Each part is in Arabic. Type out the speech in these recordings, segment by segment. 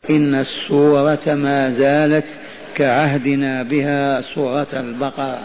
إن السورة ما زالت كعهدنا بها سورة البقرة،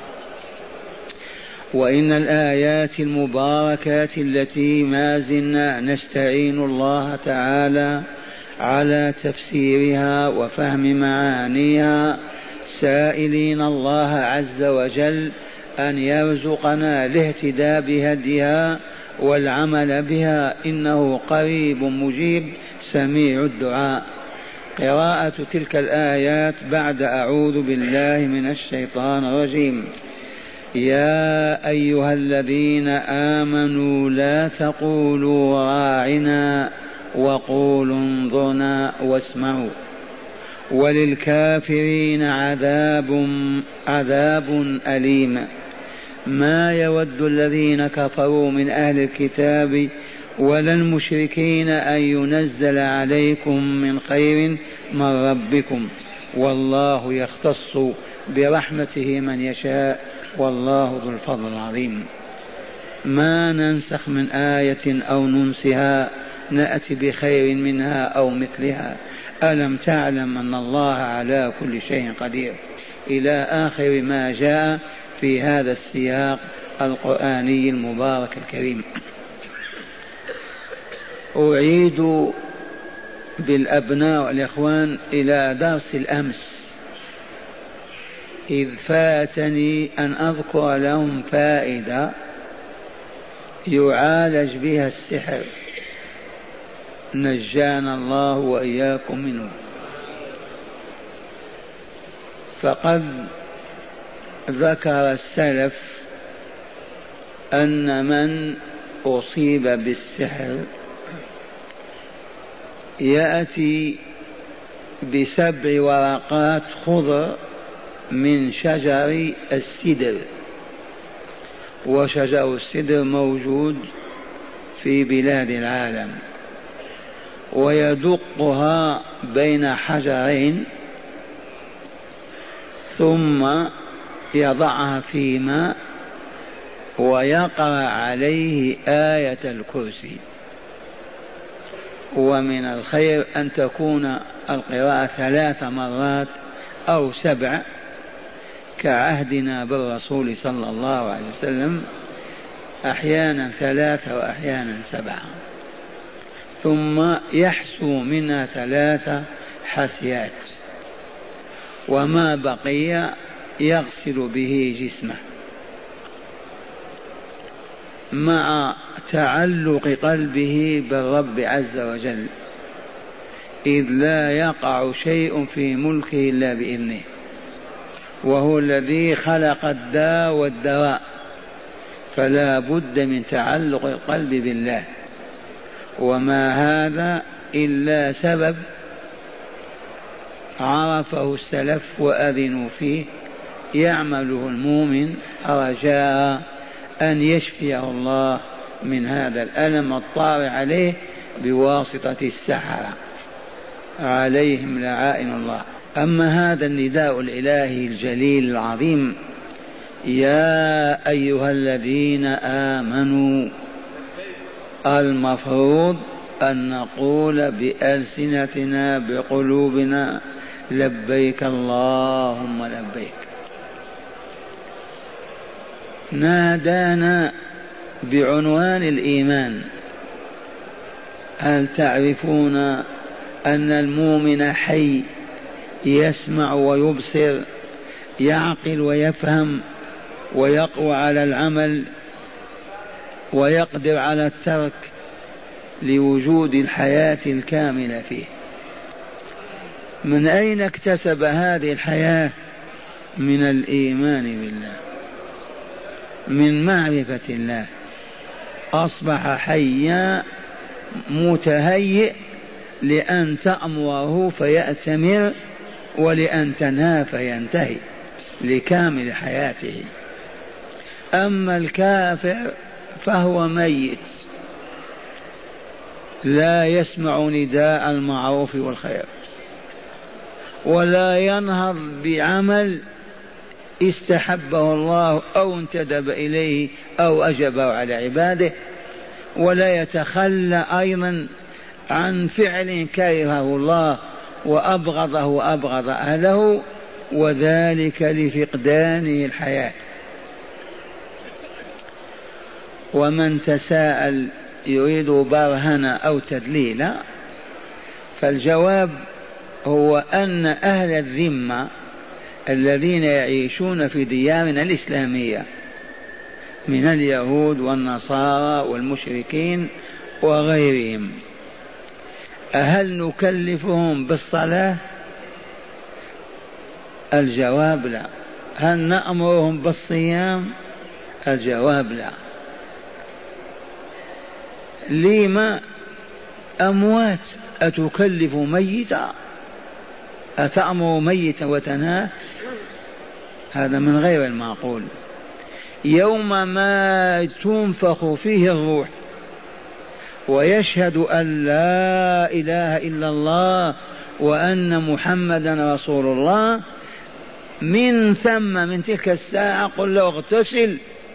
وإن الآيات المباركات التي ما زلنا نستعين الله تعالى على تفسيرها وفهم معانيها، سائلين الله عز وجل أن يرزقنا الاهتداء بهديها والعمل بها، إنه قريب مجيب سميع الدعاء. قراءة تلك الآيات بعد أعوذ بالله من الشيطان الرجيم. يا أيها الذين آمنوا لا تقولوا راعنا وقولوا انظرنا واسمعوا وللكافرين عذاب أليم. ما يود الذين كفروا من أهل الكتاب ولا المشركين أن ينزل عليكم من خير من ربكم، والله يختص برحمته من يشاء، والله ذو الفضل العظيم. ما ننسخ من آية أو ننسها نأتي بخير منها أو مثلها، ألم تعلم أن الله على كل شيء قدير، إلى آخر ما جاء في هذا السياق القرآني المبارك الكريم. أعيد بالأبناء والإخوان إلى درس الأمس، إذ فاتني أن أذكر لهم فائدة يعالج بها السحر، نجانا الله وإياكم منه. فقد ذكر السلف أن من أصيب بالسحر يأتي ب7 ورقات خضر من شجر السدر، وشجر السدر موجود في بلاد العالم، ويدقها بين حجرين ثم يضعها في ماء ويقرأ عليه آية الكرسي. ومن الخير أن تكون القراءة 3 مرات أو 7 كعهدنا بالرسول صلى الله عليه وسلم، أحيانا 3 وأحيانا 7، ثم يحسو منها 3 حسيات، وما بقي يغسل به جسمه مع تعلق قلبه بالرب عز وجل، إذ لا يقع شيء في ملكه إلا بإذنه، وهو الذي خلق الداء والدواء، فلا بد من تعلق القلب بالله. وما هذا إلا سبب عرفه السلف وأذنوا فيه، يعمله المؤمن رجاء أن يشفيه الله من هذا الألم الطارئ عليه بواسطة السحرة، عليهم لعائن الله. أما هذا النداء الإلهي الجليل العظيم، يا أيها الذين آمنوا، المفروض أن نقول بألسنتنا بقلوبنا لبيك اللهم لبيك. نادانا بعنوان الإيمان. هل تعرفون أن المؤمن حي، يسمع ويبصر، يعقل ويفهم، ويقوى على العمل، ويقدر على الترك لوجود الحياة الكاملة فيه؟ من أين اكتسب هذه الحياة؟ من الإيمان بالله، من معرفة الله. أصبح حيا متهيئ لأن تأمره فيأتمر، ولأن تنهى فينتهي لكامل حياته. أما الكافر فهو ميت، لا يسمع نداء المعروف والخير، ولا ينهض بعمل استحبه الله أو انتدب إليه أو أجبه على عباده، ولا يتخلى أيضا عن فعل كرهه الله وأبغضه وأبغض أهله، وذلك لفقدانه الحياة. ومن تساءل يريد برهنة أو تدليلا، فالجواب هو أن أهل الذمة الذين يعيشون في ديارنا الإسلامية من اليهود والنصارى والمشركين وغيرهم، هل نكلفهم بالصلاة؟ الجواب لا. هل نأمرهم بالصيام؟ الجواب لا. لما؟ أموات. أتكلف ميتا؟ أتأمر ميتا وتنهاه؟ هذا من غير المعقول. يوم ما تنفخ فيه الروح ويشهد أن لا إله إلا الله وأن محمدا رسول الله، من ثم من تلك الساعة قل له اغتسل،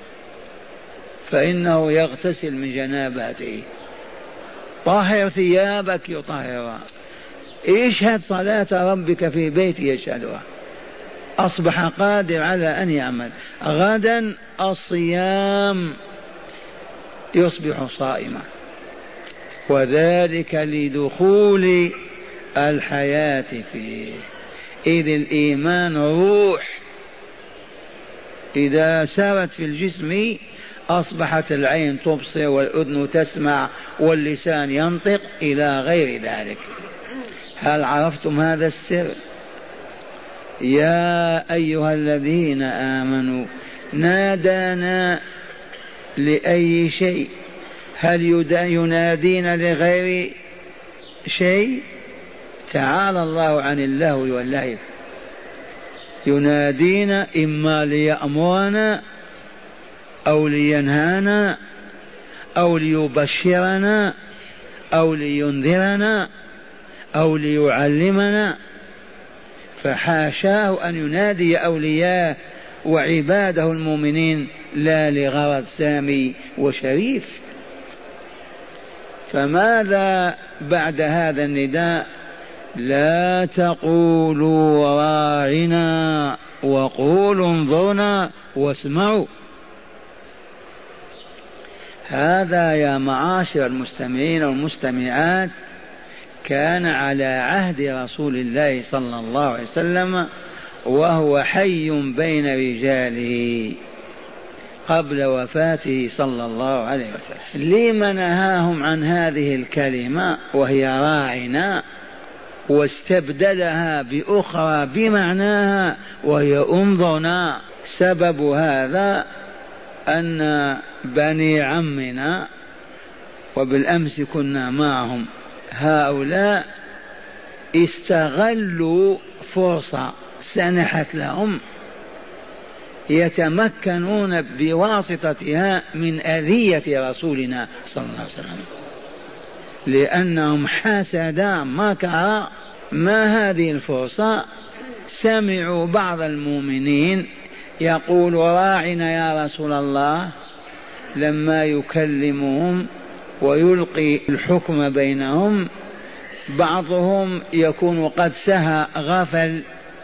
فإنه يغتسل من جنابته. طهر ثيابك يطهرها. اشهد صلاة ربك في بيت يشهدها. أصبح قادر على أن يعمل. غدا الصيام يصبح صائما، وذلك لدخول الحياة فيه. إذ الإيمان روح، إذا سارت في الجسم أصبحت العين تبصر والأذن تسمع واللسان ينطق إلى غير ذلك. هل عرفتم هذا السر؟ يا أيها الذين آمنوا نادانا لأي شيء؟ هل ينادينا لغير شيء؟ تعالى الله عن اللهو واللعب. ينادينا إما ليأمرنا أو لينهانا أو ليبشرنا أو لينذرنا أو ليعلمنا، فحاشاه أن ينادي أولياء وعباده المؤمنين لا لغرض سامي وشريف. فماذا بعد هذا النداء؟ لا تقولوا راعنا وقولوا انظرنا واسمعوا. هذا يا معاشر المستمعين والمستمعات كان على عهد رسول الله صلى الله عليه وسلم وهو حي بين رجاله قبل وفاته صلى الله عليه وسلم. لما نهاهم عن هذه الكلمة وهي راعنا واستبدلها بأخرى بمعناها وهي انظرنا؟ سبب هذا أن بني عمنا، وبالأمس كنا معهم، هؤلاء استغلوا فرصة سنحت لهم يتمكنون بواسطتها من أذية رسولنا صلى الله عليه وسلم، لأنهم حسدا مكرا. ما هذه الفرصة؟ سمعوا بعض المؤمنين يقول راعنا يا رسول الله، لما يكلمهم ويلقي الحكم بينهم بعضهم يكون قد سهى غفل،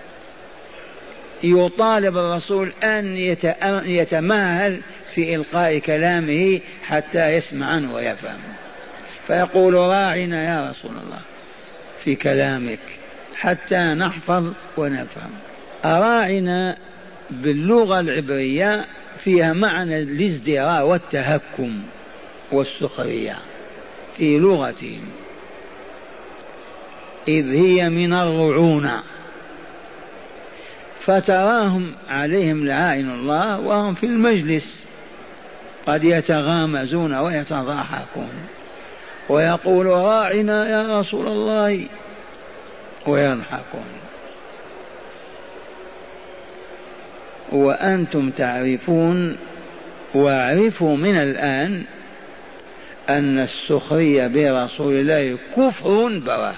يطالب الرسول أن يتمهل في إلقاء كلامه حتى يسمع عنه ويفهم، فيقول راعنا يا رسول الله في كلامك حتى نحفظ ونفهم. راعنا باللغة العبرية فيها معنى الازدراء والتهكم والسخرية في لغتهم، إذ هي من الرعونة. فتراهم عليهم لعائن الله وهم في المجلس قد يتغامزون ويتضاحكون ويقول راعنا يا رسول الله ويضحكون. وأنتم تعرفون واعرفوا من الآن أن السخرية برسول الله كفر بواه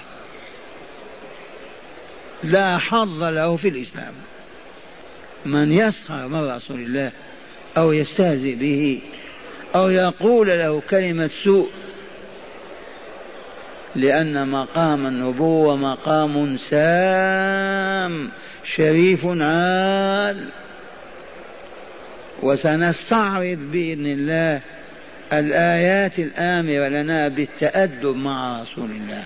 لا حظ له في الإسلام. من يسخر من رسول الله أو يستهزئ به أو يقول له كلمة سوء لأن مقام النبوة مقام سام شريف عال. وسنستعرض بإذن الله الآيات الآمرة لنا بالتأدب مع رسول الله.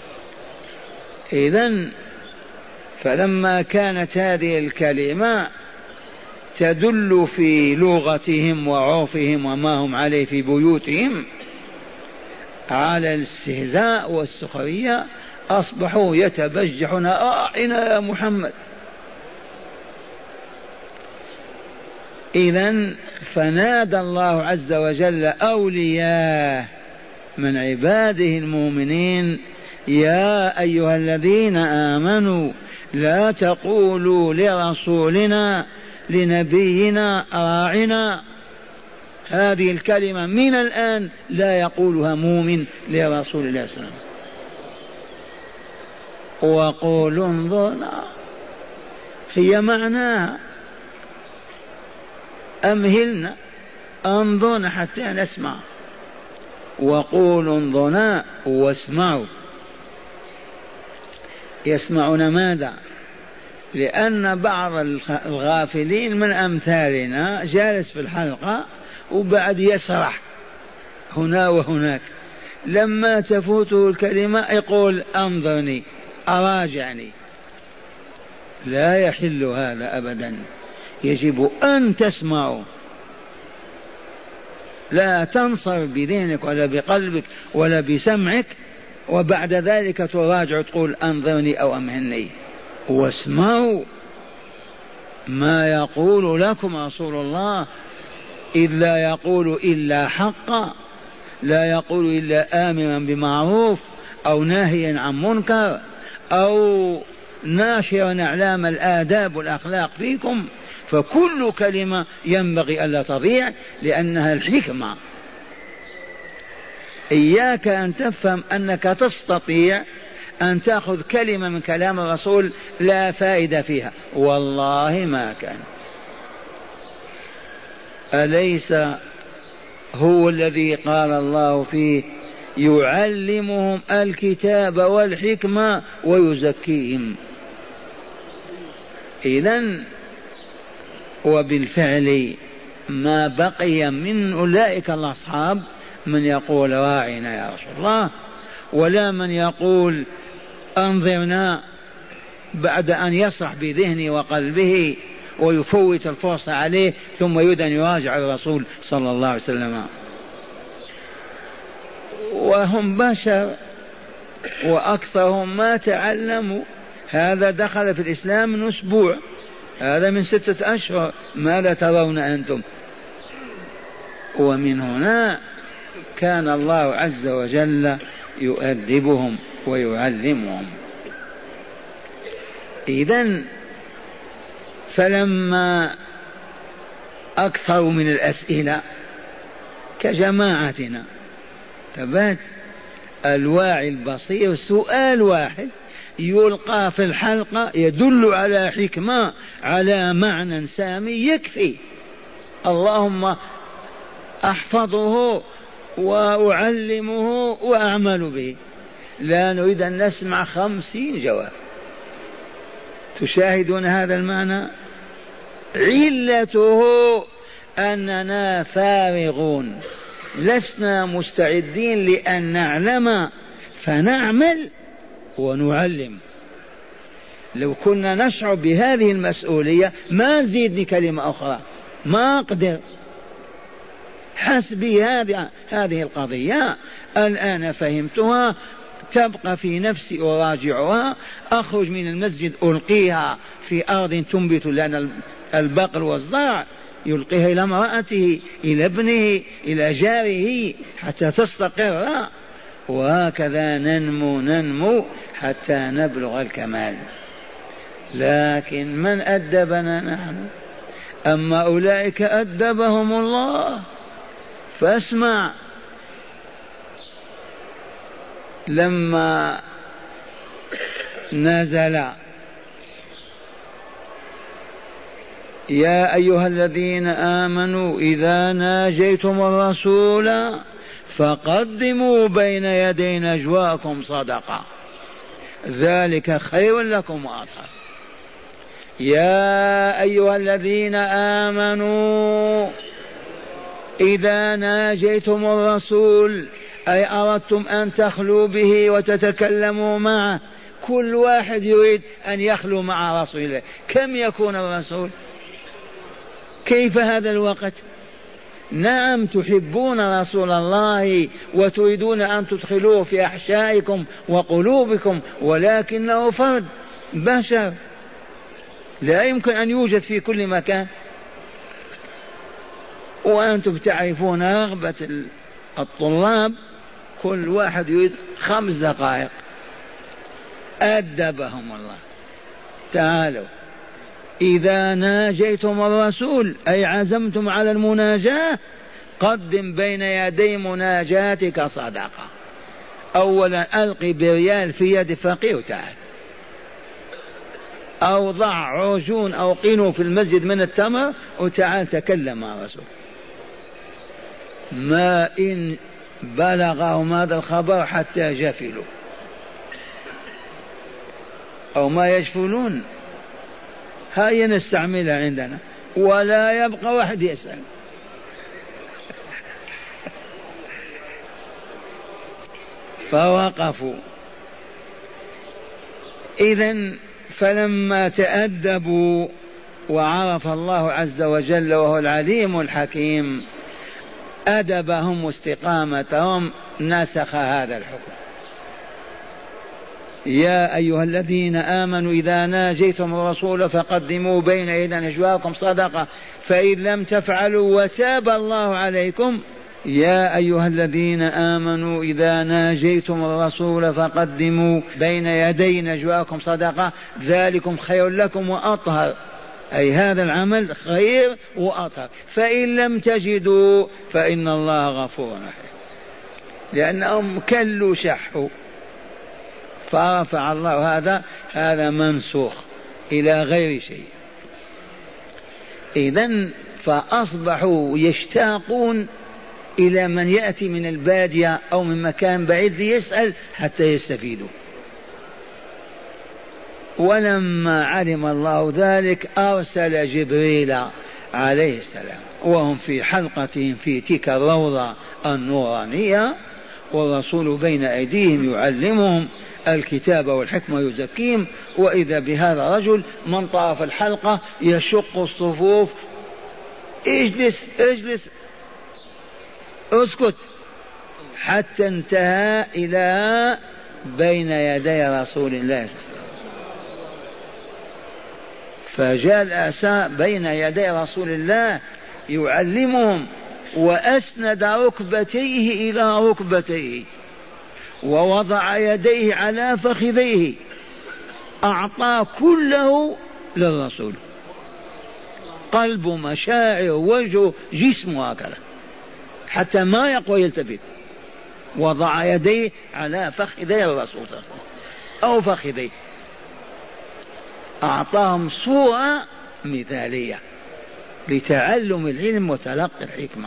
إذن فلما كانت هذه الكلمة تدل في لغتهم وعرفهم وما هم عليه في بيوتهم على الاستهزاء والسخرية، أصبحوا يتبجحون راعنا يا محمد. إذن فنادى الله عز وجل أولياء من عباده المؤمنين: يا أيها الذين آمنوا لا تقولوا لرسولنا لنبينا راعنا. هذه الكلمة من الآن لا يقولها مؤمن لرسول الله صلى الله عليه وسلم. وقولوا انظرنا هي معناها أمهلنا، انظرنا حتى نسمع. وقولوا انظرنا واسمعوا. يسمعون ماذا؟ لأن بعض الغافلين من أمثالنا جالس في الحلقة وبعد يسرح هنا وهناك، لما تفوته الكلمة يقول انظرني أراجعني. لا يحل هذا أبدا، يجب أن تسمعوا، لا تنصر بذهنك ولا بقلبك ولا بسمعك وبعد ذلك تراجع تقول انظرني أو أمهلني. واسمعوا ما يقول لكم رسول الله، إذ لا يقول إلا حقا، لا يقول إلا آمرا بمعروف أو ناهيا عن منكر أو ناشرا أعلام الآداب والأخلاق فيكم. فكل كلمة ينبغي ألا تضيع لأنها الحكمة. إياك أن تفهم أنك تستطيع أن تأخذ كلمة من كلام الرسول لا فائدة فيها، والله ما كان. أليس هو الذي قال الله فيه: يعلمهم الكتاب والحكمة ويزكيهم. إذن وبالفعل ما بقي من أولئك الأصحاب من يقول راعنا يا رسول الله، ولا من يقول انظرنا بعد أن يصرح بذهنه وقلبه ويفوت الفرصة عليه ثم يريد أن يراجع الرسول صلى الله عليه وسلم. وهم بشر وأكثرهم ما تعلموا. هذا دخل في الإسلام من أسبوع، هذا من 6 أشهر، ماذا ترون أنتم؟ ومن هنا كان الله عز وجل يؤدبهم ويعلمهم. إذن فلما أكثروا من الأسئلة كجماعتنا تبات الواعي البصير سؤال واحد يلقى في الحلقة يدل على حكمة على معنى سامي يكفي. اللهم أحفظه وأعلمه وأعمل به. لا نريد أن نسمع 50 جواب. تشاهدون هذا المعنى؟ علته أننا فارغون، لسنا مستعدين لأن نعلم فنعمل ونعلم. لو كنا نشعر بهذه المسؤولية ما زيدني كلمة أخرى، ما أقدر. حسبي هذه القضية الآن فهمتها، تبقى في نفسي أراجعها، أخرج من المسجد ألقيها في أرض تنبت لنا البقر والزرع، يلقيها إلى امرأته إلى ابنه إلى جاره حتى تستقر. وهكذا ننمو حتى نبلغ الكمال. لكن من أدبنا نحن؟ أما أولئك أدبهم الله. فاسمع، لما نزل يا أيها الذين آمنوا إذا ناجيتم الرسول فقدموا بين يدي نجواكم صدقة ذلك خير لكم وأطهر. يا أيها الذين آمنوا إذا ناجيتم الرسول أي أردتم أن تخلوا به وتتكلموا معه، كل واحد يريد أن يخلو مع رسول الله، كم يكون الرسول؟ كيف هذا الوقت؟ نعم تحبون رسول الله وتريدون أن تدخلوه في أحشائكم وقلوبكم، ولكنه فرد بشر لا يمكن أن يوجد في كل مكان. وأنتم تعرفون رغبة الطلاب، كل واحد يريد 5 دقائق. أدبهم الله. تعالوا إذا ناجيتم الرسول أي عزمتم على المناجاة، قدم بين يدي مناجاتك صدقة. أولا ألقي بريال في يد فقير وتعال، أو ضع عجون أو قينوا في المسجد من التمر وتعال تكلم مع الرسول. ما إن بلغهم هذا الخبر حتى جفلوا أو ما يجفلون، هيا نستعملها عندنا ولا يبقى واحد يسأل. فوقفوا. إذن فلما تأدبوا وعرف الله عز وجل وهو العليم الحكيم أدبهم واستقامتهم، نسخ هذا الحكم. يا أيها الذين آمنوا إذا ناجيتم الرسول فقدموا بين يدي نجواكم صدقة فإن لم تفعلوا وتاب الله عليكم. يا أيها الذين آمنوا إذا ناجيتم الرسول فقدموا بين يدي نجواكم صدقة ذلكم خير لكم وأطهر، أي هذا العمل خير وأطهر. فإن لم تجدوا فإن الله غفور رحيم، لأنهم كلوا شحوا فرفع الله هذا منسوخ إلى غير شيء. إذن فأصبحوا يشتاقون إلى من يأتي من البادية أو من مكان بعيد يسأل حتى يستفيدوا. ولما علم الله ذلك أرسل جبريل عليه السلام وهم في حلقتهم في تلك الروضة النورانية، والرسول بين أيديهم يعلمهم الكتاب والحكمة يزكيهم، وإذا بهذا رجل من طاف الحلقة يشق الصفوف، اجلس اجلس اسكت، حتى انتهى إلى بين يدي رسول الله صلى الله عليه وسلم. فجلس بين يدي رسول الله يعلمهم، وأسند ركبتيه إلى ركبتيه ووضع يديه على فخذيه، أعطى كله للرسول، قلبه مشاعر وجهه جسمه هكذا حتى ما يقوى يلتفت، وضع يديه على فخذي الرسول أو فخذيه، أعطاهم صورة مثالية لتعلم العلم وتلقي الحكمة.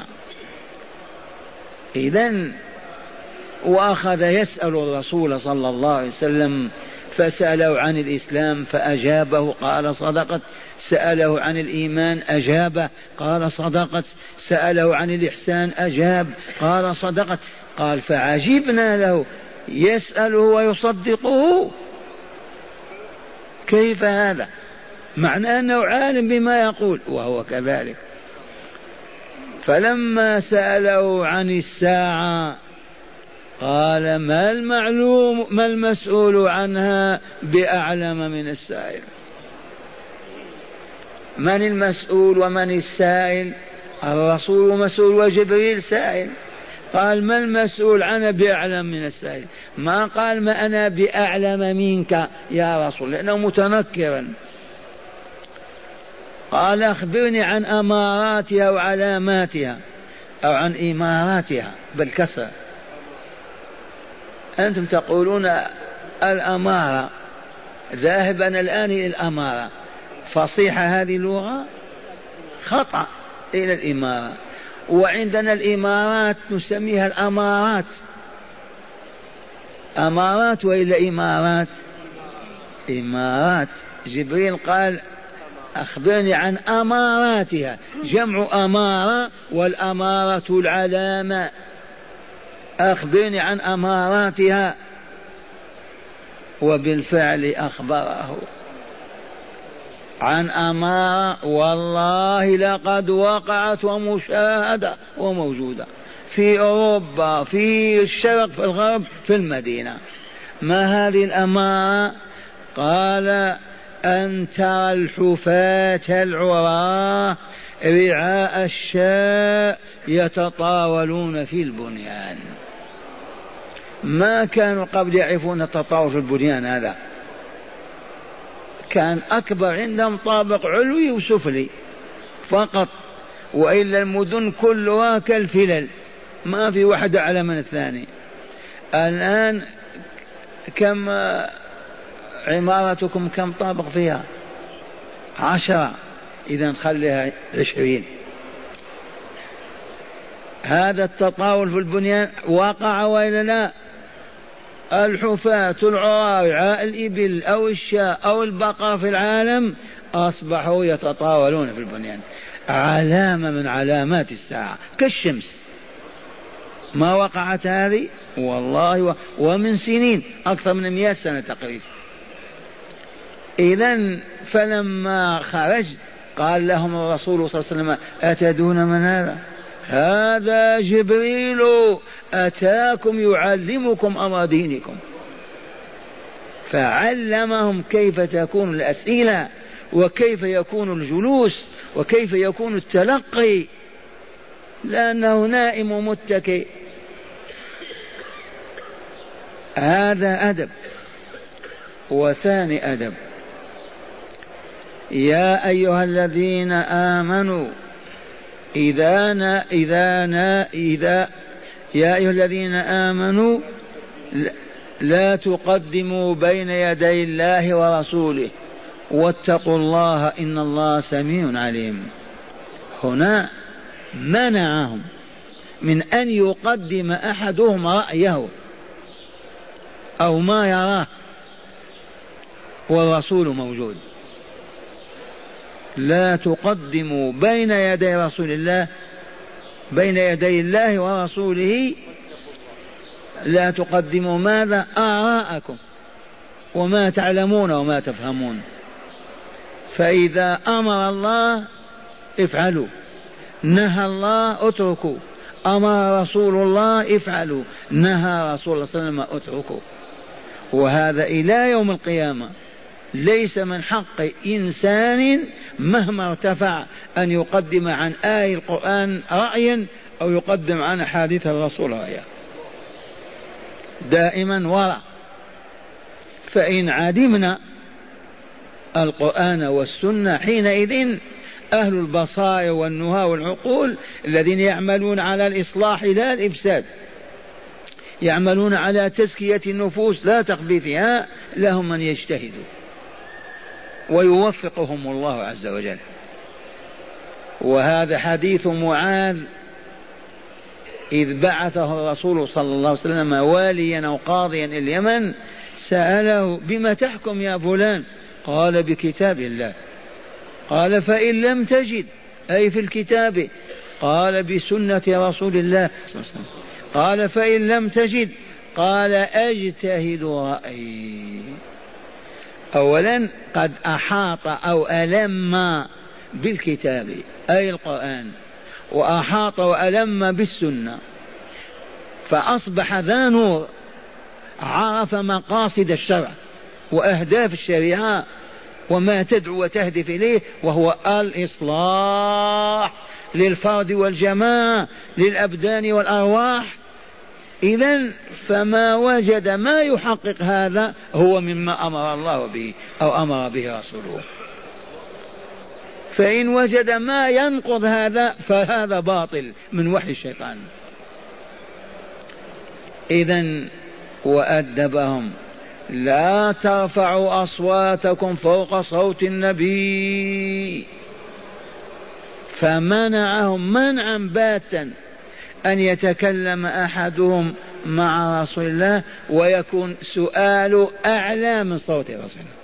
إذن وأخذ يسأل الرسول صلى الله عليه وسلم، فسأله عن الإسلام فأجابه قال صدقت، سأله عن الإيمان أجابه قال صدقت، سأله عن الإحسان أجاب قال صدقت. قال فعجبنا له يسأله ويصدقه، كيف هذا؟ معنى أنه عالم بما يقول وهو كذلك. فلما سأله عن الساعة قال ما المعلوم ما المسؤول عنها بأعلم من السائل. من المسؤول ومن السائل؟ الرسول مسؤول وجبريل سائل. قال ما المسؤول عنها بأعلم من السائل، ما قال ما أنا بأعلم منك يا رسول، لأنه متنكرا. قال أخبرني عن أماراتها وعلاماتها أو عن إماراتها بالكسر. أنتم تقولون الأمارة، ذاهب أنا الآن إلى الأمارة، فصيحة هذه اللغة خطأ إلى الإمارة. وعندنا الإمارات نسميها الأمارات، أمارات وإلا إمارات؟ إمارات. جبريل قال أخبرني عن أماراتها، جمع أمارة، والأمارة العلامة. أخبرني عن أماراتها، وبالفعل أخبره عن أمارة والله لقد وقعت ومشاهدة وموجودة في أوروبا، في الشرق، في الغرب، في المدينة. ما هذه الأمارة؟ قال أن ترى الحفاة العراة رعاء الشاء يتطاولون في البنيان. ما كانوا قبل يعرفون التطاول في البنيان، هذا كان أكبر عندهم طابق علوي وسفلي فقط، وإلا المدن كلها كالفلل، ما في واحد أعلى من الثاني. الآن كم عمارتكم كم طابق فيها؟ 10، إذا خليها 20. هذا التطاول في البنيان وقع وإلا لا؟ الحفاة العراة الإبل أو الشاء أو البقر في العالم أصبحوا يتطاولون في البنيان، علامة من علامات الساعة كالشمس. ما وقعت هذه والله ومن سنين، أكثر من 100 سنة تقريبا. إذن فلما خرج قال لهم الرسول صلى الله عليه وسلم أتدون من هذا؟ هذا جبريل أتاكم يعلمكم أمر دينكم. فعلمهم كيف تكون الأسئلة، وكيف يكون الجلوس، وكيف يكون التلقي، لأنه نائم ومتكئ. هذا أدب. وثاني أدب: يا أيها الذين آمنوا يا أيها الذين آمنوا لا تقدموا بين يدي الله ورسوله واتقوا الله إن الله سميع عليم. هنا منعهم من أن يقدم أحدهم رأيه أو ما يراه والرسول موجود. لا تقدموا بين يدي رسول الله، بين يدي الله ورسوله. لا تقدموا ماذا؟ آراءكم وما تعلمون وما تفهمون. فإذا أمر الله افعلوا، نهى الله اتركوا، أمر رسول الله افعلوا، نهى رسول الله صلى الله عليه وسلم اتركوا. وهذا إلى يوم القيامة ليس من حق إنسان مهما ارتفع أن يقدم عن آية القرآن رأيا أو يقدم عن أحاديث الرسول رأيا، دائما وراء. فإن عدمنا القرآن والسنة حينئذ أهل البصائر والنهى والعقول الذين يعملون على الإصلاح لا الإفساد، يعملون على تزكية النفوس لا تخبيثها، لهم من يجتهدوا ويوفقهم الله عز وجل. وهذا حديث معاذ إذ بعثه الرسول صلى الله عليه وسلم واليا أو قاضيا اليمن، سأله بما تحكم يا فلان؟ قال بكتاب الله. قال فإن لم تجد أي في الكتاب؟ قال بسنة رسول الله. قال فإن لم تجد؟ قال أجتهد رأيي. أولا قد أحاط أو ألم بالكتاب أي القرآن، وأحاط وألم بالسنة، فأصبح ذا نور، عرف مقاصد الشرع وأهداف الشريعة وما تدعو وتهدف إليه، وهو الإصلاح للفرد والجماعة، للأبدان والأرواح. إذن فما وجد ما يحقق هذا هو مما أمر الله به أو أمر به رسوله. فإن وجد ما ينقض هذا فهذا باطل من وحي الشيطان. إذن وأدبهم: لا ترفعوا أصواتكم فوق صوت النبي. فمنعهم منعا باتا أن يتكلم أحدهم مع رسول الله ويكون سؤال أعلى من صوت رسول الله.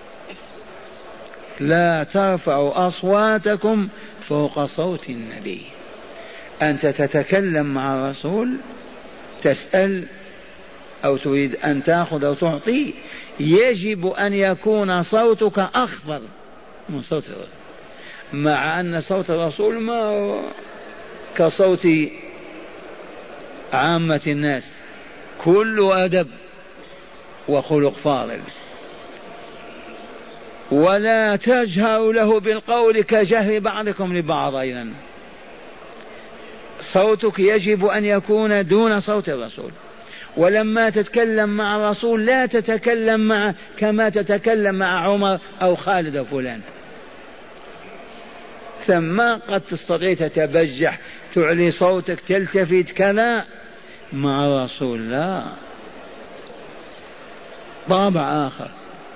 لا ترفعوا أصواتكم فوق صوت النبي. أنت تتكلم مع الرسول، تسأل أو تريد أن تأخذ أو تعطي، يجب أن يكون صوتك أخفض من صوت الرسول، مع أن صوت الرسول ما هو كصوت عامة الناس، كل أدب وخلق فاضل. ولا تجهروا له بالقول كجهر بعضكم لبعض. أيضا صوتك يجب أن يكون دون صوت الرسول، ولما تتكلم مع الرسول لا تتكلم معه كما تتكلم مع عمر أو خالد أو فلان. ثم قد تستطيع تتبجح، تعلي صوتك، تلتفت كذا، مع الرسول لا، طابع آخر.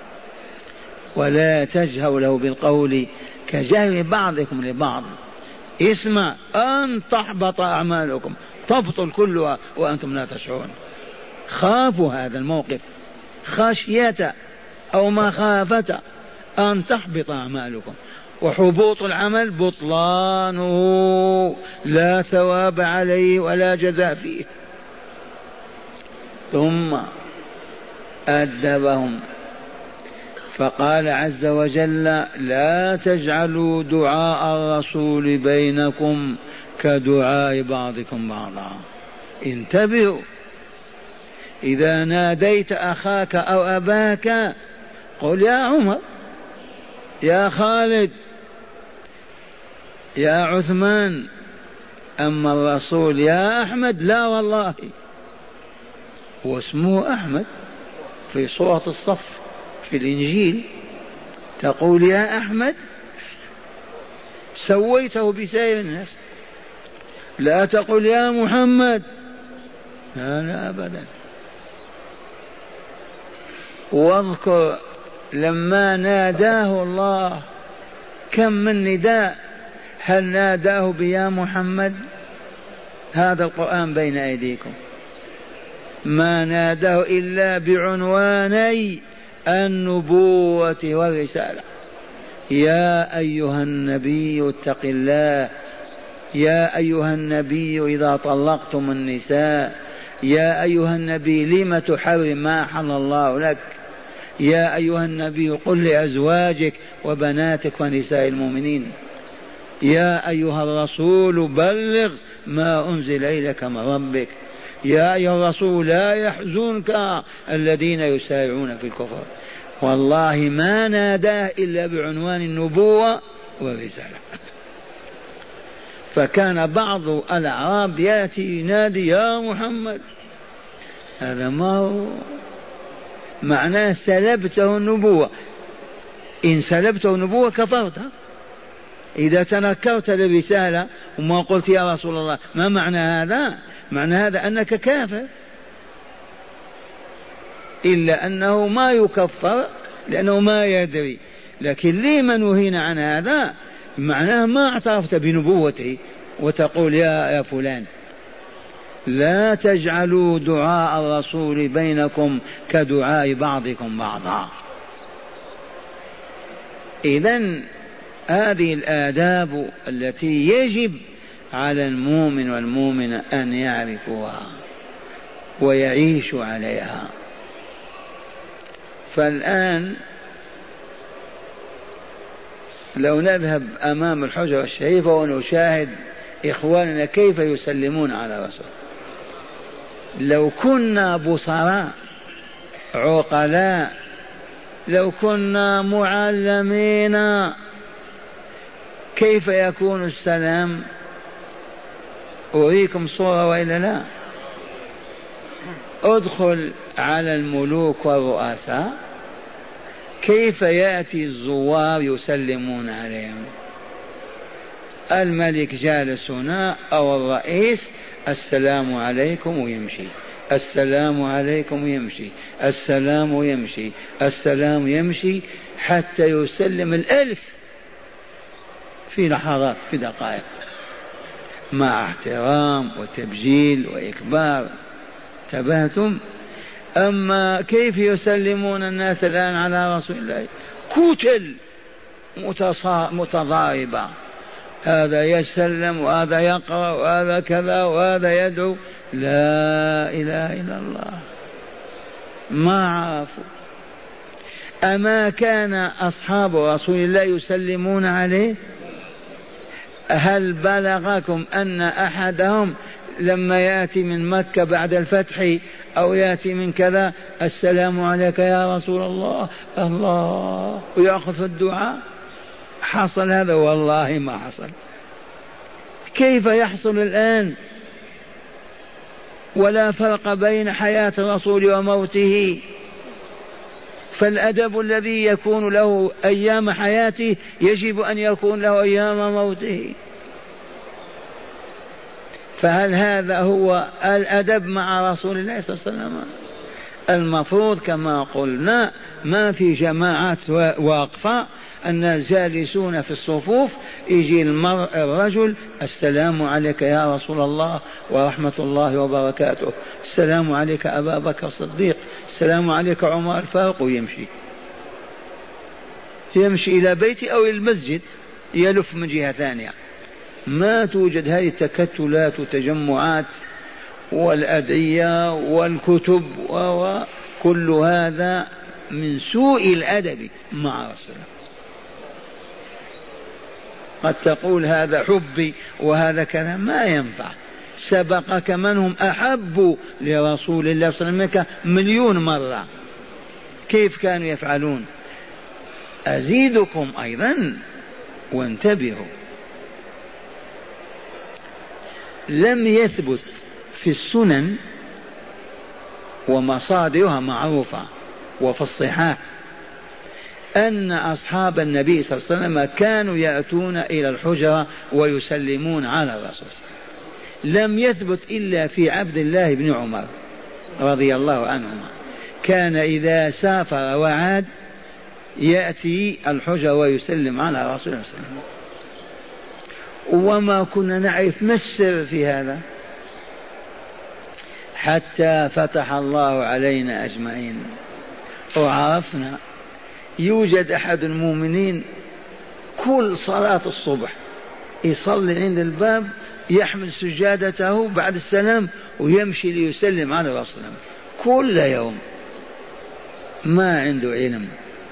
ولا تجهروا له بالقول كجهر بعضكم لبعض. اسمع أن تحبط أعمالكم، تبطل كلها وأنتم لا تشعرون. خافوا هذا الموقف خشية أو مخافة أن تحبط أعمالكم، وحبوط العمل بطلانه لا ثواب عليه ولا جزاء فيه. ثم أدبهم فقال عز وجل: لا تجعلوا دعاء الرسول بينكم كدعاء بعضكم بعضا. انتبهوا، إذا ناديت أخاك أو أباك قل يا عمر، يا خالد، يا عثمان. أما الرسول يا أحمد لا والله، واسمه أحمد في سورة الصف في الإنجيل، تقول يا أحمد، سويته بسائر الناس. لا تقول يا محمد، لا أبدا. واذكر لما ناداه الله كم من نداء، هل ناداه بيا محمد؟ هذا القرآن بين أيديكم، ما ناداه إلا بعنواني النبوة والرسالة. يا أيها النبي اتق الله، يا أيها النبي إذا طلقتم النساء، يا أيها النبي لم تحرم ما حل الله لك، يا أيها النبي قل لأزواجك وبناتك ونساء المؤمنين، يا أيها الرسول بلغ ما أنزل إليك من ربك، يا أيها الرسول لا يحزنك الذين يسارعون في الكفر. والله ما ناداه إلا بعنوان النبوة والرسالة. فكان بعض الأعراب يأتي ينادي يا محمد، هذا ما هو معناه سلبته النبوة. إن سلبته النبوة كفرت. إذا تنكرت الرسالة وما قلت يا رسول الله، ما معنى هذا؟ معنى هذا أنك كافر، إلا أنه ما يكفر لأنه ما يدري. لكن لما نهينا عن هذا؟ معناه ما اعترفت بنبوته وتقول يا فلان. لا تجعلوا دعاء الرسول بينكم كدعاء بعضكم بعضا. إذن هذه الآداب التي يجب على المؤمن والمؤمنة أن يعرفوها ويعيش عليها. فالآن لو نذهب أمام الحجرة الشريفة ونشاهد إخواننا كيف يسلمون على رسول، لو كنا بصراء عقلاء، لو كنا معلمين، كيف يكون السلام؟ أريكم صورة وإلا لا؟ ادخل على الملوك والرؤساء كيف يأتي الزوار يسلمون عليهم. الملك جالس هنا أو الرئيس، السلام عليكم ويمشي، السلام عليكم يمشي، السلام يمشي، السلام يمشي، حتى يسلم 1000 في لحظات، في دقائق، مع احترام وتبجيل وإكبار. انتبهتم؟ أما كيف يسلمون الناس الآن على رسول الله؟ كتل متضاربة، هذا يسلم وهذا يقرأ وهذا كذا وهذا يدعو، لا إله إلا الله. ما عرفوا. أما كان أصحاب رسول الله يسلمون عليه؟ هل بلغكم أن أحدهم لما يأتي من مكة بعد الفتح أو يأتي من كذا السلام عليك يا رسول الله الله ويأخذ الدعاء؟ حصل هذا؟ والله ما حصل. كيف يحصل الآن؟ ولا فرق بين حياة الرسول وموته. فالأدب الذي يكون له أيام حياته يجب أن يكون له أيام موته. فهل هذا هو الأدب مع رسول الله صلى الله عليه وسلم؟ المفروض كما قلنا ما في جماعات واقفة، الناس جالسون في الصفوف، يجي الرجل السلام عليك يا رسول الله ورحمة الله وبركاته، السلام عليك أبا بكر الصديق، السلام عليك عمر الفاروق، ويمشي إلى بيته أو إلى المسجد، يلف من جهة ثانية. ما توجد هذه التكتلات وتجمعات والأدعية والكتب وكل هذا من سوء الأدب مع رسول الله. قد تقول هذا حبي وهذا كذا، ما ينفع. سبقك من هم أحب لرسول الله صلى الله عليه وسلم مليون مرة. كيف كانوا يفعلون؟ أزيدكم أيضا وانتبهوا. لم يثبت في السنن ومصادرها معروفة وفي الصحاح أن أصحاب النبي صلى الله عليه وسلم كانوا يأتون إلى الحجرة ويسلمون على الرسول. لم يثبت إلا في عبد الله بن عمر رضي الله عنهما، كان إذا سافر وعاد يأتي الحجرة ويسلم على رسول الله صلى الله عليه وسلم. وما كنا نعرف ما السر في هذا حتى فتح الله علينا أجمعين وعرفنا. يوجد أحد المؤمنين كل صلاة الصبح يصلي عند الباب، يحمل سجادته بعد السلام ويمشي ليسلم على الرسول كل يوم، ما عنده علم.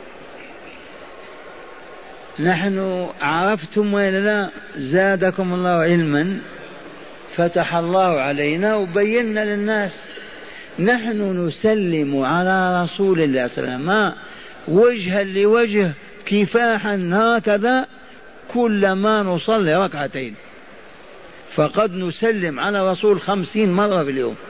نحن عرفتم ولا لا؟ زادكم الله علما، فتح الله علينا وبينا للناس. نحن نسلم على رسول الله صلى الله عليه وسلم وجها لوجه كفاحا هكذا كلما نصلي ركعتين، فقد نسلم على رسول 50 مرة في اليوم.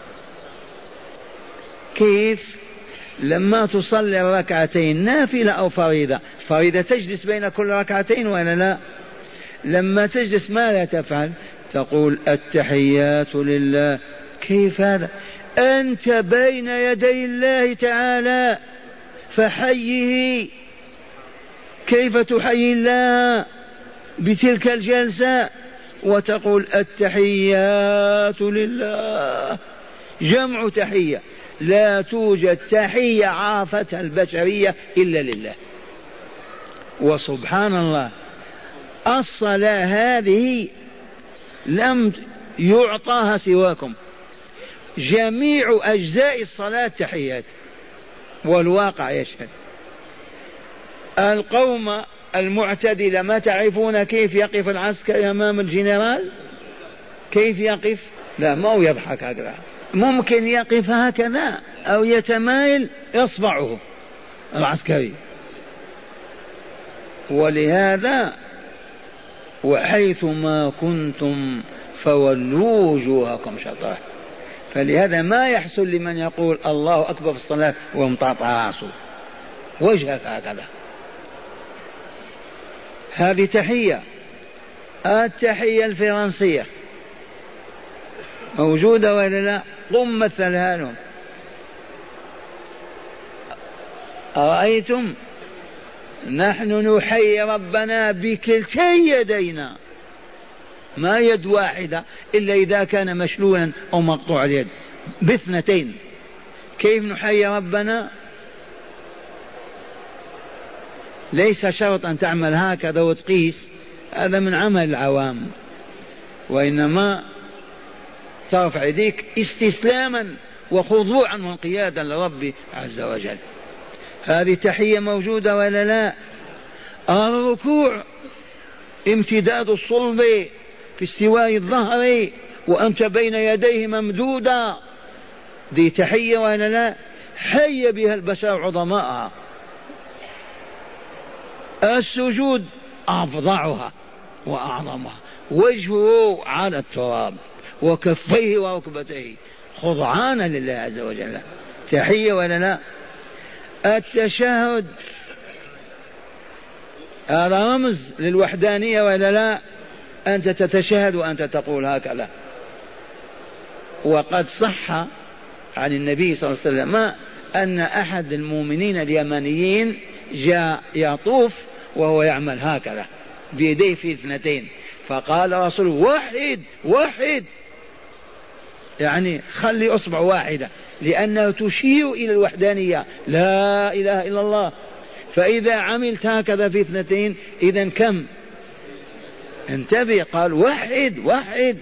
كيف؟ لما تصلي الركعتين نافلة أو فريضة، فريضة تجلس بين كل ركعتين ولا لا؟ لما تجلس ماذا تفعل؟ تقول التحيات لله. كيف هذا؟ أنت بين يدي الله تعالى فحيه. كيف تحيي الله بتلك الجلسة وتقول التحيات لله؟ جمع تحية، لا توجد تحية عافتها البشرية إلا لله. وسبحان الله الصلاة هذه لم يعطاها سواكم، جميع أجزاء الصلاة تحيات، والواقع يشهد. القوم المعتدلة ما تعرفون كيف يقف العسكري أمام الجنرال؟ كيف يقف؟ لا، ما هو يضحك هكذا، ممكن يقف هكذا أو يتمايل إصبعه العسكري. ولهذا وحيث ما كنتم فولوا وجوهكم شطره. فلهذا ما يحصل لمن يقول الله أكبر في الصلاة ومطاطع راسه وجهك هكذا. هذه تحية. التحية الفرنسية موجودة ولا لا؟ قم مثلها لهم. أرأيتم نحن نحيي ربنا بكلتي يدينا، ما يد واحدة إلا إذا كان مشلولا أو مقطوع اليد، باثنتين. كيف نحيي ربنا؟ ليس شرط أن تعمل هكذا وتقيس، هذا من عمل العوام، وإنما ترفع يديك استسلاما وخضوعا وانقيادا لرب عز وجل. هذه تحية موجودة ولا لا؟ الركوع امتداد الصلب في استواء الظهر وأنت بين يديه ممدودا، دي تحية ولا لا؟ حي بها البشر عظماءها. السجود أفظعها وأعظمها، وجهه على التراب وكفيه وركبتيه خضعانا لله عز وجل، تحية ولا لا؟ التشهد هذا رمز للوحدانية ولا لا؟ أنت تتشهد وأنت تقول هكذا. وقد صح عن النبي صلى الله عليه وسلم أن أحد المؤمنين اليمنيين جاء يطوف وهو يعمل هكذا بيديه في اثنتين، فقال رسول وحد وحد، يعني خلي أصبع واحدة، لأنها تشير إلى الوحدانية، لا إله إلا الله. فإذا عملت هكذا في اثنتين إذن كم؟ انتبه، قال وحد وحد.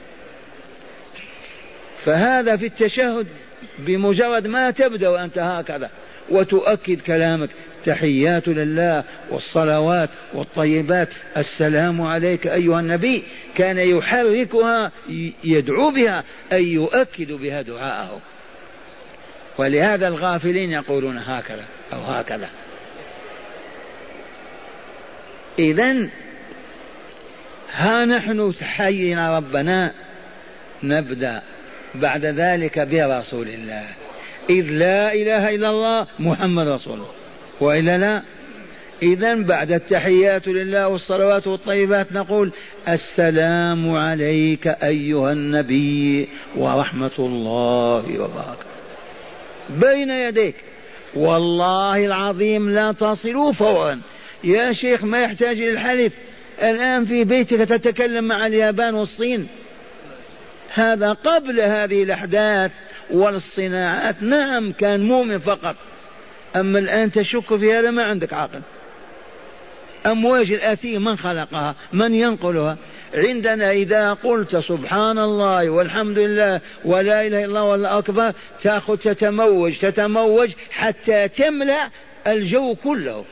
فهذا في التشهد بمجرد ما تبدأ وأنت هكذا وتؤكد كلامك، تحيات لله والصلوات والطيبات، السلام عليك أيها النبي، كان يحركها يدعو بها أي يؤكد بها دعاءه. ولهذا الغافلين يقولون هكذا أو هكذا. إذن ها نحن تحيينا ربنا، نبدأ بعد ذلك برسول الله، إذ لا إله إلا الله محمد رسول الله، وإلا لا؟ إذن بعد التحيات لله والصلوات والطيبات نقول السلام عليك أيها النبي ورحمة الله وبركاته بين يديك. والله العظيم لا تصلوا فورا يا شيخ، ما يحتاج للحلف. الآن في بيتك تتكلم مع اليابان والصين، هذا قبل هذه الأحداث والصناعات. نعم كان مؤمن فقط، أما الآن تشك في هذا، ما عندك عقل. أمواج الآثير من خلقها؟ من ينقلها؟ عندنا إذا قلت سبحان الله والحمد لله ولا إله إلا الله والله أكبر، تأخذ تتموج حتى تملأ الجو كله.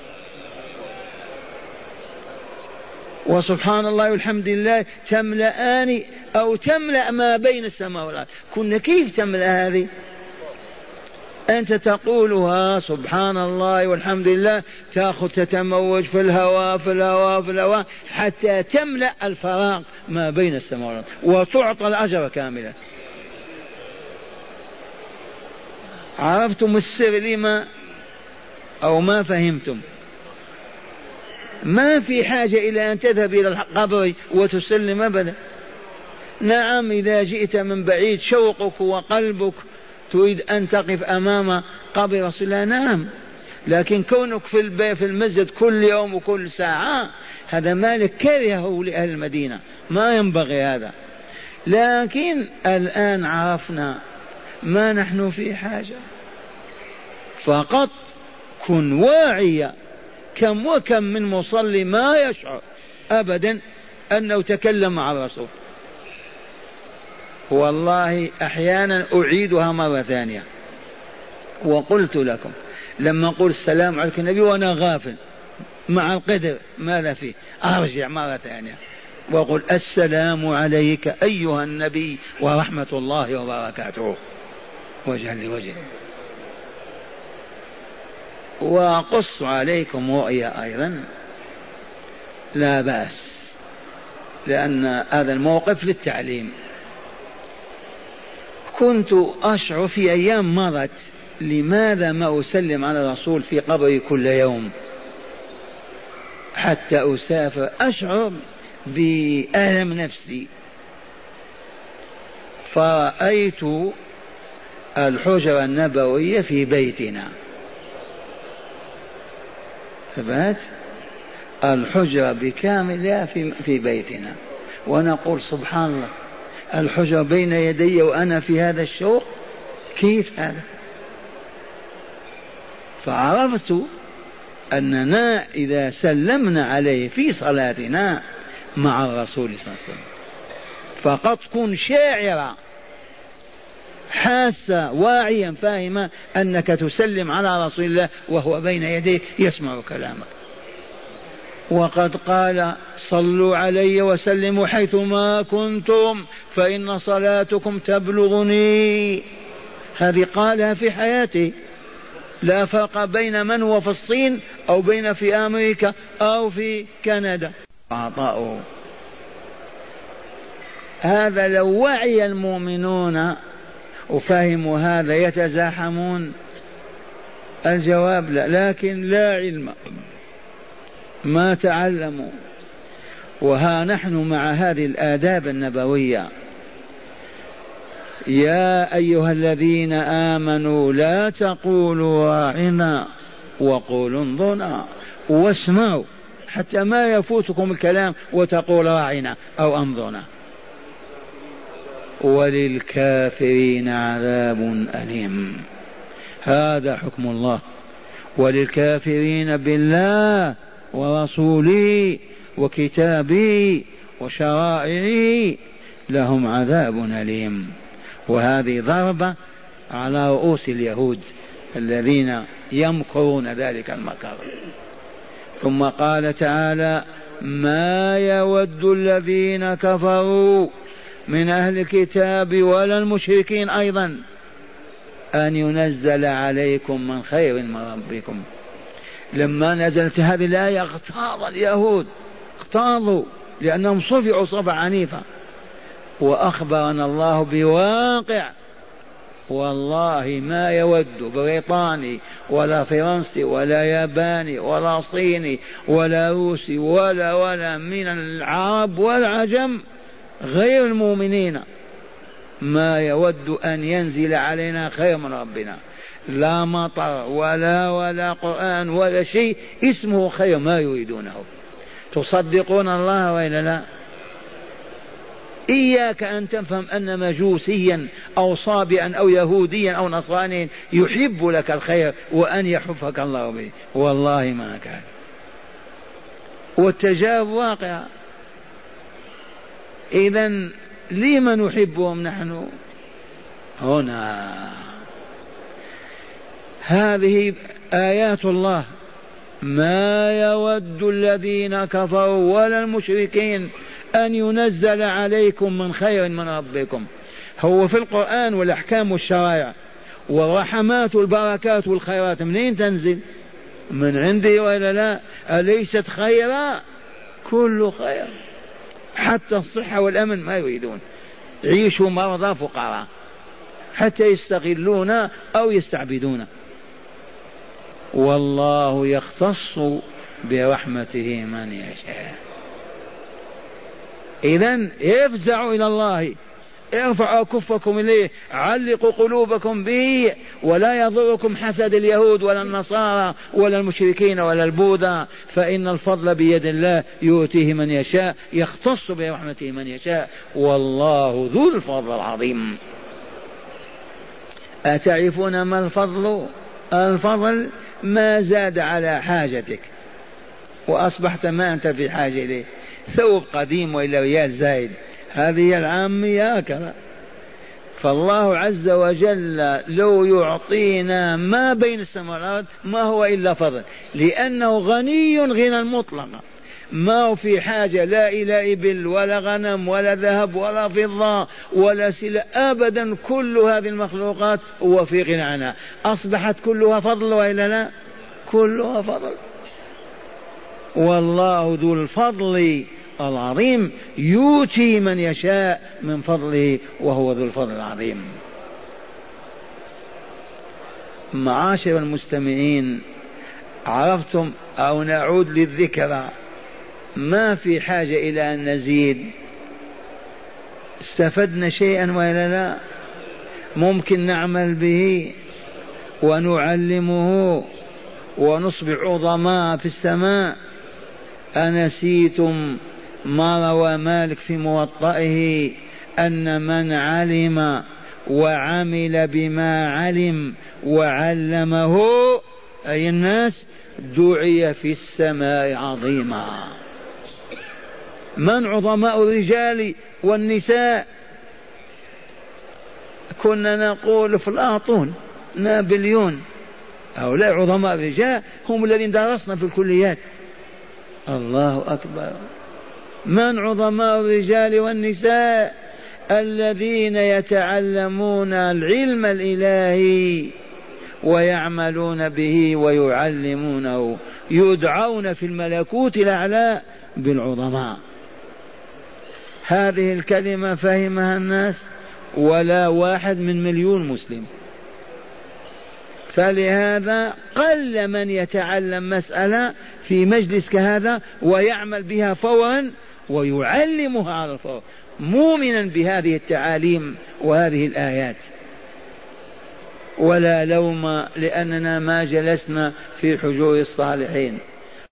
وسبحان الله والحمد لله تملأان أو تملأ ما بين السماء والأرض. كنا كيف تملأ هذه؟ أنت تقولها سبحان الله والحمد لله، تأخذ تتموج في الهواء في الهواء في الهواء حتى تملأ الفراغ ما بين السماء والأرض، وتعطى الأجر كاملا. عرفتم السر لما أو ما فهمتم؟ ما في حاجة إلى أن تذهب إلى القبر وتسلم أبدا. نعم إذا جئت من بعيد شوقك وقلبك تريد أن تقف أمام قبر رسول الله، نعم، لكن كونك في المسجد كل يوم وكل ساعة هذا مالك كرهه لأهل المدينة، ما ينبغي هذا. لكن الآن عرفنا ما نحن في حاجة، فقط كن واعيا. كم وكم من مصلي ما يشعر أبدا أنه تكلم مع الرسول. والله أحيانا أعيدها مرة ثانية، وقلت لكم لما أقول السلام عليك النبي وأنا غافل مع القدر ماذا فيه، أرجع مرة ثانية وأقول السلام عليك أيها النبي ورحمة الله وبركاته وجها لوجه. وأقص عليكم رؤيا أيضا لا بأس، لأن هذا الموقف للتعليم. كنت أشعر في أيام مضت لماذا ما أسلم على الرسول في قبري كل يوم حتى أسافر، أشعر بألم نفسي. فرأيت الحجرة النبوية في بيتنا، ثبات الحجرة بكاملها في بيتنا، ونقول سبحان الله الحجرة بين يدي وأنا في هذا الشوق، كيف هذا؟ فعرفت أننا إذا سلمنا عليه في صلاتنا مع الرسول صلى الله عليه وسلم فقد كن شاعرا حاسة واعيا فاهما أنك تسلم على رسول الله وهو بين يديك يسمع كلامك. وقد قال صلوا علي وسلموا حيثما كنتم فإن صلاتكم تبلغني، هذه قالها في حياته، لا فرق بين من هو في الصين أو بين في أمريكا أو في كندا. عطاؤه هذا لو وعي المؤمنون وفهموا هذا يتزاحمون؟ الجواب لا، لكن لا علم، ما تعلموا. وها نحن مع هذه الآداب النبوية. يا أيها الذين آمنوا لا تقولوا راعنا وقولوا انظرنا واسمعوا، حتى ما يفوتكم الكلام وتقول راعنا أو انظرنا. وللكافرين عذاب أليم، هذا حكم الله. وللكافرين بالله ورسوله وكتابه وشرائعه لهم عذاب أليم. وهذه ضربة على رؤوس اليهود الذين يمكرون ذلك المكر. ثم قال تعالى ما يود الذين كفروا من أهل الكتاب ولا المشركين أيضا أن ينزل عليكم من خير من ربكم. لما نزلت هذه الآية اغتاظ اليهود، اغتاظوا لأنهم صفعوا صفعة عنيفة. وأخبرنا الله بواقع، والله ما يود بريطاني ولا فرنسي ولا ياباني ولا صيني ولا روسي ولا من العرب والعجم غير المؤمنين ما يود أن ينزل علينا خير من ربنا، لا مطر ولا قرآن ولا شيء اسمه خير ما يريدونه. تصدقون الله وإلا لا؟ إياك أن تفهم أن مجوسيا أو صابئا أو يهوديا أو نصرانيا يحب لك الخير وأن يحفك الله به، والله ما كان. والتجارب واقعة. إذن لما نحبهم نحن هنا؟ هذه آيات الله. ما يود الذين كفروا ولا المشركين أن ينزل عليكم من خير من ربكم. هو في القرآن والأحكام والشرائع والرحمات والبركات والخيرات منين تنزل؟ من عنده وإلا لا؟ أليست خيرا؟ كل خير، حتى الصحة والأمن ما يريدون، عيشوا مرضى فقراء حتى يستغلون أو يستعبدون. والله يختص برحمته من يشاء. إذن افزعوا إلى الله، ارفعوا كفكم إليه، علقوا قلوبكم به، ولا يضركم حسد اليهود ولا النصارى ولا المشركين ولا البوذا، فإن الفضل بيد الله يؤتيه من يشاء، يختص برحمته من يشاء، والله ذو الفضل العظيم. أتعرفون ما الفضل؟ الفضل ما زاد على حاجتك وأصبحت ما أنت في حاجة إليه، ثوب قديم وإلا ريال زايد، هذه العامية هكذا. فالله عز وجل لو يعطينا ما بين السماء والأرض ما هو إلا فضل، لأنه غني غنى مطلق، ما هو في حاجة لا إلى إبل ولا غنم ولا ذهب ولا فضة ولا سلة أبدا. كل هذه المخلوقات هو في غنى عنها، أصبحت كلها فضل وإلا لا؟ كلها فضل. والله ذو الفضل العظيم يؤتي من يشاء من فضله وهو ذو الفضل العظيم. معاشر المستمعين، عرفتم أو نعود للذكرى؟ ما في حاجة إلى أن نزيد. استفدنا شيئا وإلا لا؟ ممكن نعمل به ونعلمه ونصبح عظماء في السماء. أنسيتم ما روى مالك في موطئه أن من علم وعمل بما علم وعلمه أي الناس دعي في السماء عظيما. من عظماء الرجال والنساء؟ كنا نقول أفلاطون، نابليون، هؤلاء عظماء الرجال هم الذين درسنا في الكليات. الله أكبر. من عظماء الرجال والنساء؟ الذين يتعلمون العلم الإلهي ويعملون به ويعلمونه، يدعون في الملكوت الأعلى بالعظماء. هذه الكلمة فهمها الناس ولا 1 من مليون مسلم. فلهذا قل من يتعلم مسألة في مجلس كهذا ويعمل بها فورا ويعلمها على الفور، مؤمنا بهذه التعاليم وهذه الآيات. ولا لوم، لأننا ما جلسنا في حجور الصالحين.